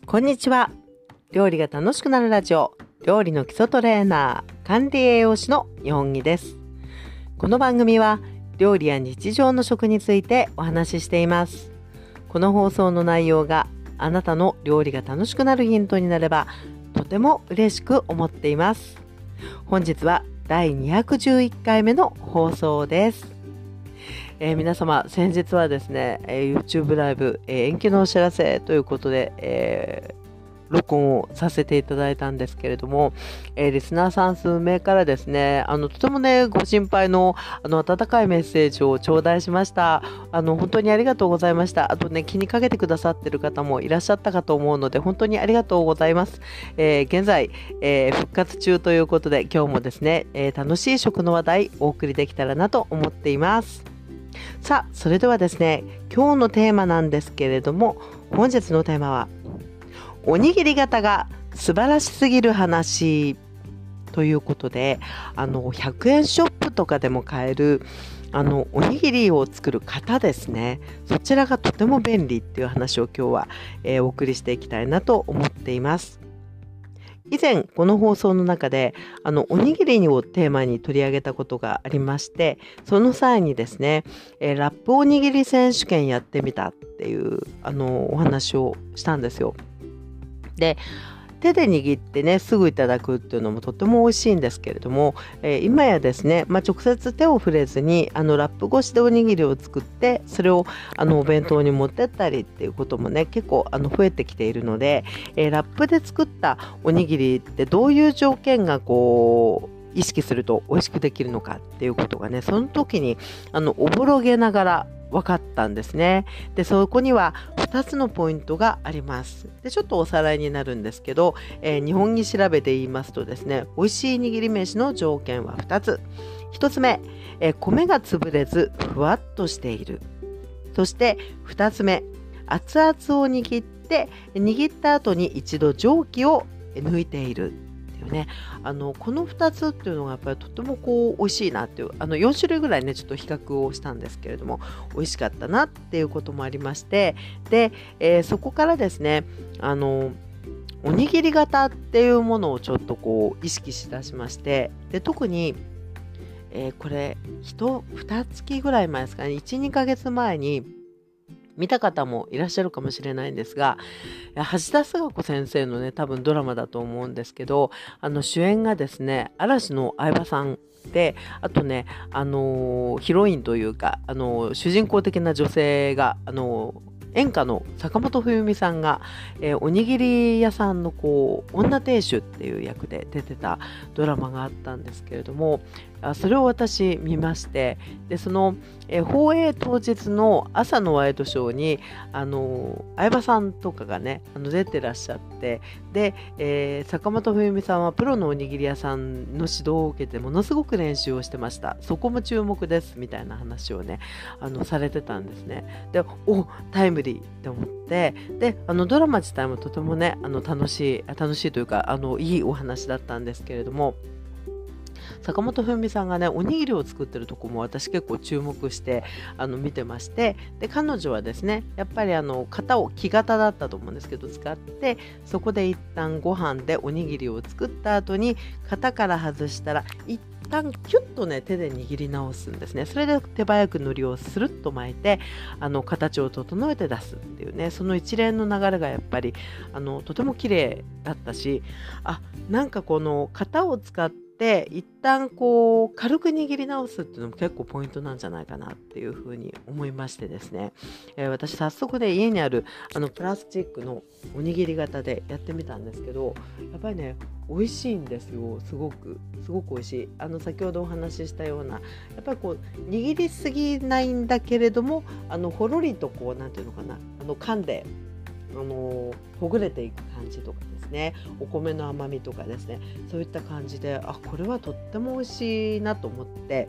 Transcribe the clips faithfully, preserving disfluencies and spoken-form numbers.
こんにちは。料理が楽しくなるラジオ、料理の基礎トレーナー、管理栄養士の日本木です。この番組は料理や日常の食についてお話ししています。この放送の内容があなたの料理が楽しくなるヒントになればとても嬉しく思っています。本日はだいにひゃくじゅういっかいめの放送です。えー、皆様、先日はですね、えー、YouTube ライブ、えー、延期のお知らせということで、えー録音をさせていただいたんですけれども、えー、リスナーさん数名からですね、あのとてもねご心配のあの温かいメッセージを頂戴しました。あの本当にありがとうございました。あとね、気にかけてくださっている方もいらっしゃったかと思うので本当にありがとうございます。えー、現在、えー、復活中ということで今日もですね、えー、楽しい食の話題お送りできたらなと思っています。さあ、それではですね、今日のテーマなんですけれども、本日のテーマはおにぎり型が素晴らしすぎる話ということで、あのひゃくえんショップとかでも買えるあのおにぎりを作る型ですね、そちらがとても便利っていう話を今日は、えー、お送りしていきたいなと思っています。以前この放送の中であのおにぎりをテーマに取り上げたことがありまして、その際にですね、えー、ラップおにぎり選手権やってみたっていうあのお話をしたんですよ。で、手で握ってねすぐいただくっていうのもとても美味しいんですけれども、えー、今やですね、まあ、直接手を触れずにあのラップ越しでおにぎりを作ってそれをあのお弁当に持ってったりっていうこともね結構あの増えてきているので、えー、ラップで作ったおにぎりってどういう条件がこう意識すると美味しくできるのかっていうことがね、その時にあのおぼろげながら分かったんですね。で、そこにはふたつのポイントがあります。で、ちょっとおさらいになるんですけど、えー、日本に調べて言いますとですね、美味しい握り飯の条件はふたつ。ひとつめ、えー、米が潰れずふわっとしている。そしてふたつめ、熱々を握って握った後に一度蒸気を抜いている。ね、あのこのふたつっていうのがやっぱりとてもこう美味しいなっていう、あのよんしゅるいぐらいねちょっと比較をしたんですけれども美味しかったなっていうこともありまして、で、えー、そこからですね、あのおにぎり型っていうものをちょっとこう意識しだしまして、で特に、えー、これにとつきぐらい前ですかね、いちにかげつまえに見た方もいらっしゃるかもしれないんですが、橋田壽賀子先生のね多分ドラマだと思うんですけど、あの主演がですね嵐の相葉さんで、あとね、あのー、ヒロインというか、あのー、主人公的な女性が、あのー演歌の坂本冬美さんが、えー、おにぎり屋さんのこう女亭主っていう役で出てたドラマがあったんですけれども、あそれを私見まして、でその、えー、放映当日の朝のワイドショーにあのー、相葉さんとかがねあの出てらっしゃって、で、えー、坂本冬美さんはプロのおにぎり屋さんの指導を受けてものすごく練習をしてました。そこも注目ですみたいな話をねあのされてたんですね。で、おタイムリーって思って、であのドラマ自体もとてもねあの楽しい楽しいというかあのいいお話だったんですけれども、坂本冬美さんがねおにぎりを作ってるとこも私結構注目してあの見てまして、で彼女はですねやっぱりあの型を木型だったと思うんですけど使って、そこで一旦ご飯でおにぎりを作った後に型から外したら一一旦キュッとね手で握り直すんですね。それで手早く海苔をスルッと巻いてあの形を整えて出すっていうね、その一連の流れがやっぱりあのとても綺麗だったし、あなんかこの型を使って一旦こう軽く握り直すっていうのも結構ポイントなんじゃないかなっていうふうに思いましてですね、えー、私早速で家にあるあのプラスチックのおにぎり型でやってみたんですけど、やっぱりね美味しいんですよ。すごくすごく美味しい。あの先ほどお話ししたようなやっぱりこう握りすぎないんだけれども、あのほろりとこうなんていうのかな、あの噛んであのほぐれていく感じとかですね、お米の甘みとかですね、そういった感じで、あこれはとっても美味しいなと思って、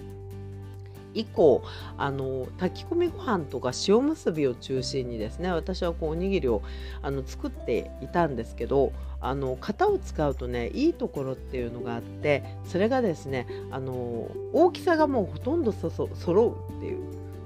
以降あの炊き込みご飯とか塩むすびを中心にですね、私はこうおにぎりをあの作っていたんですけど、あの型を使うとねいいところっていうのがあって、それがですねあの大きさがもうほとんどそそ揃うっていう、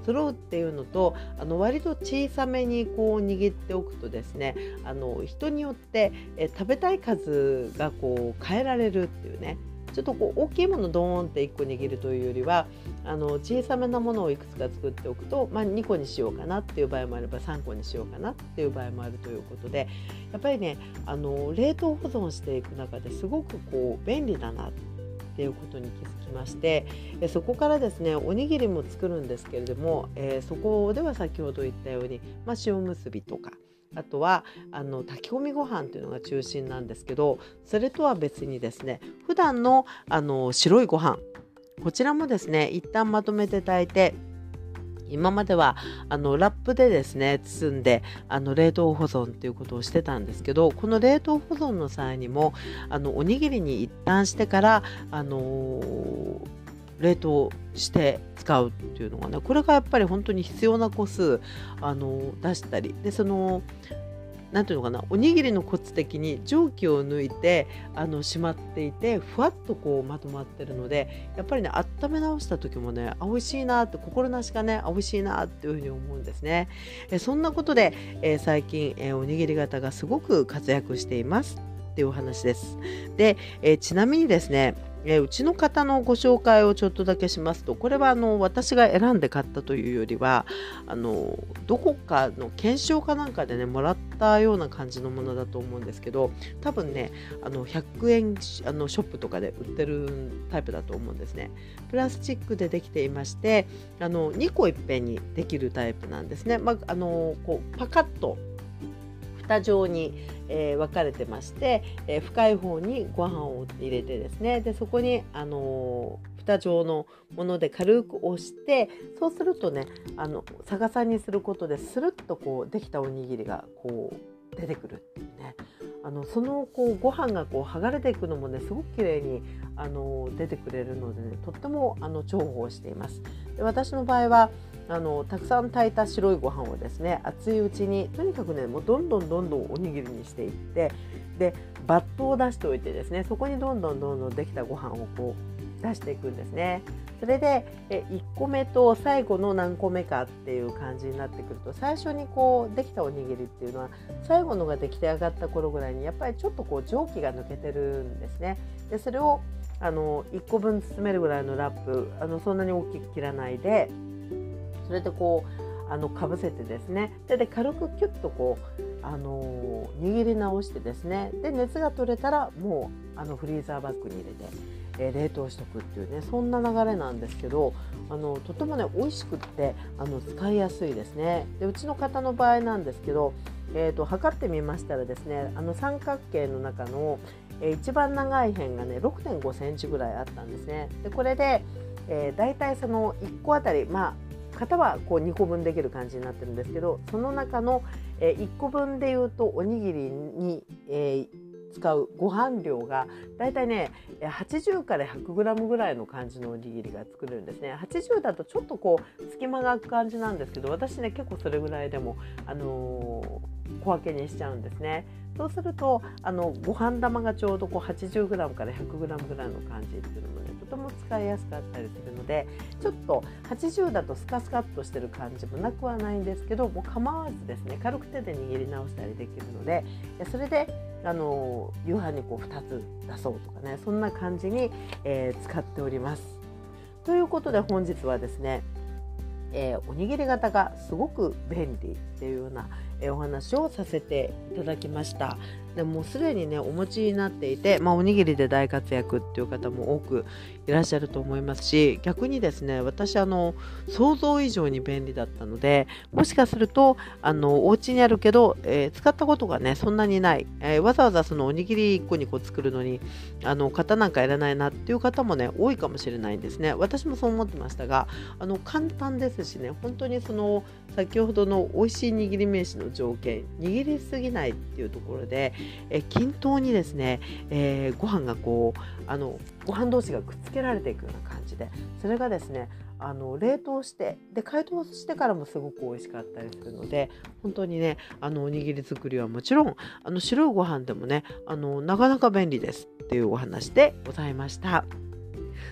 揃うっていうのと、あの割と小さめにこう握っておくとですね、あの人によってえ食べたい数がこう変えられるっていうね、ちょっとこう大きいものドーンっていっこ握るというよりは、あの小さめなものをいくつか作っておくと、まあ、にこにしようかなっていう場合もあればさんこにしようかなっていう場合もあるということで、やっぱりね、あの冷凍保存していく中ですごくこう便利だなっていうことに気づきまして、えそこからですね、おにぎりも作るんですけれども、えー、そこでは先ほど言ったように、まあ、塩むすびとか、あとはあの炊き込みご飯というのが中心なんですけど、それとは別にですね、普段のあの白いご飯、こちらもですね、一旦まとめて炊いて、今まではあのラップでですね包んであの冷凍保存ということをしてたんですけど、この冷凍保存の際にもあのおにぎりに一旦してから、あのー冷凍して使うっていうのがね、これがやっぱり本当に必要な個数あの出したりで、そのなんていうのかな、おにぎりのコツ的に蒸気を抜いてあのしまっていて、ふわっとこうまとまってるので、やっぱりね、温め直した時もね、あ美味しいなって、心なしかね、あ美味しいなっていうふうに思うんですね。えそんなことで、えー最近、えーおにぎり型がすごく活躍していますっていうお話です。で、えーちなみにですね、えーうちの方のご紹介をちょっとだけしますと、これはあの私が選んで買ったというよりは、あのどこかの検証かなんかでねもらったような感じのものだと思うんですけど、多分ね、あのひゃくえんあのショップとかで売ってるタイプだと思うんですね。プラスチックでできていまして、あのにこいっぺんにできるタイプなんですね。まあ、あのこうパカッと蓋状に、えー分かれてまして、えー深い方にご飯を入れてですね、でそこに、あのー蓋状のもので軽く押して、そうするとね、あの逆さにすることでスルッとこうできたおにぎりがこう出てくるっていうね、あのそのこうご飯がこう剥がれていくのもね、すごく綺麗にあの出てくれるのでね、とってもあの重宝しています。で私の場合はあのたくさん炊いた白いご飯をですね、熱いうちにとにかくね、もうどんどんどんどんおにぎりにしていって、でバットを出しておいてですね、そこにどんどんどんどんできたご飯をこう出していくんですね。それでえいっこめと最後の何個目かっていう感じになってくると、最初にこうできたおにぎりっていうのは最後のが出来上がった頃ぐらいにやっぱりちょっとこう蒸気が抜けてるんですね。でそれをあのいっこぶん包めるぐらいのラップ、あのそんなに大きく切らないで、それでこうあのかぶせてですね、でで軽くキュッとこう、あのー握り直してですね、で熱が取れたらもうあのフリーザーバッグに入れて、えー冷凍しとくっていうね、そんな流れなんですけど、あのとてもね美味しくってあの使いやすいですね。でうちの方の場合なんですけど、えーと測ってみましたらですね、あの三角形の中の、えー一番長い辺がね ろくてんごセンチぐらいあったんですね。でこれで、えー、だいたいそのいっこあたり、まあ型はこうにこぶんできる感じになってるんですけど、その中のいっこぶんでいうとおにぎりに、えー使うご飯量がだいたいねはちじゅうからひゃくグラムぐらいの感じのおにぎりが作れるんですね。はちじゅうだとちょっとこう隙間が空く感じなんですけど、私ね結構それぐらいでも、あのー小分けにしちゃうんですね。そうするとあのご飯玉がちょうどこうはちじゅうグラムからひゃくグラムぐらいの感じっていうのもね、とても使いやすかったりするので、ちょっとはちじゅうだとスカスカっとしてる感じもなくはないんですけど、もう構わずですね、軽く手で握り直したりできるので、それであの夕飯にこうふたつ出そうとかね、そんな感じに、えー使っております。ということで本日はですね、えーおにぎり型がすごく便利っていうような、えーお話をさせていただきました。でもうすでにねお持ちになっていて、まあ、おにぎりで大活躍っていう方も多くいらっしゃると思いますし、逆にですね、私あの想像以上に便利だったので、もしかするとあのお家にあるけど、えー使ったことがねそんなにない、えーわざわざそのおにぎりいっこにこ作るのにあの型なんかいらないなっていう方もね多いかもしれないんですね。私もそう思ってましたが、あの簡単ですしね、本当にその先ほどの美味しい握り飯の条件、握りすぎないっていうところで、え均等にですね、えーご飯がこうあのご飯同士がくっつけられていくような感じで、それがですねあの冷凍してで解凍してからもすごく美味しかったりするので、本当にねあのおにぎり作りはもちろんあの白いご飯でもねあのなかなか便利ですっていうお話でございました。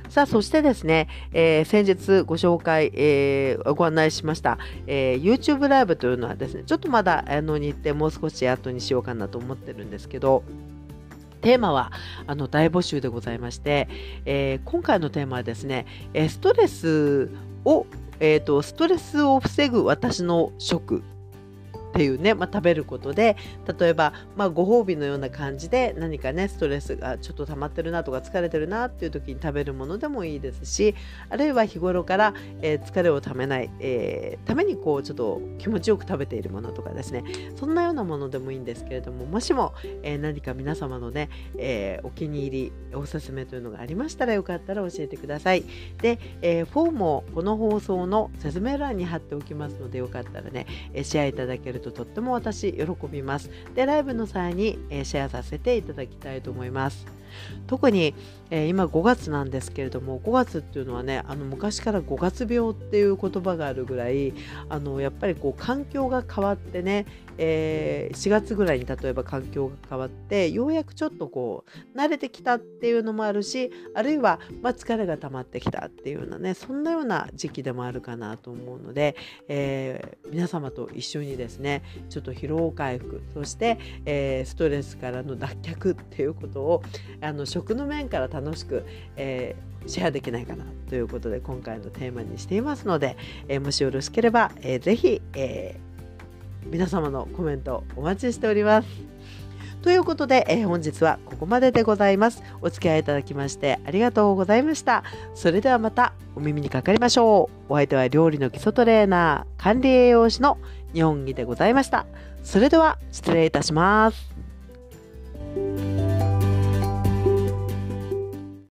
さあ、そしてですね、えー、先日ご紹介、えー、ご案内しました、えー、YouTube ライブというのはですね、ちょっとまだあの日程もう少し後にしようかなと思ってるんですけど、テーマはあの大募集でございまして、えー、今回のテーマはですね、ストレスを、えーと、ストレスを防ぐ私の食っていうね、まあ、食べることで、例えば、まあ、ご褒美のような感じで何かね、ストレスがちょっと溜まってるなとか疲れてるなっていう時に食べるものでもいいですし、あるいは日頃から、えー、疲れをためない、えー、ためにこうちょっと気持ちよく食べているものとかですね、そんなようなものでもいいんですけれども、もしも、えー、何か皆様のね、えー、お気に入りおすすめというのがありましたら、よかったら教えてください。で、えー、フォームをこの放送の説明欄に貼っておきますので、よかったらね、シェアいただけるととっても私喜びます。で、ライブの際に、えー、シェアさせていただきたいと思います。特に、えー、今ごがつなんですけれども、ごがつっていうのはね、あの昔からごがつ病っていう言葉があるぐらい、あのやっぱりこう環境が変わってね、えー、しがつぐらいに例えば環境が変わってようやくちょっとこう慣れてきたっていうのもあるし、あるいは、まあ、疲れが溜まってきたっていうようなね、そんなような時期でもあるかなと思うので、えー、皆様と一緒にですね、ちょっと疲労回復、そして、えー、ストレスからの脱却っていうことをあの食の面から楽しく、えー、シェアできないかなということで今回のテーマにしていますので、えー、もしよろしければ、えー、ぜひ、えー、皆様のコメントお待ちしております。ということで、えー、本日はここまででございます。お付き合いいただきましてありがとうございました。それではまたお耳にかかりましょう。お相手は料理の基礎トレーナー、管理栄養士の日本木でございました。それでは失礼いたします。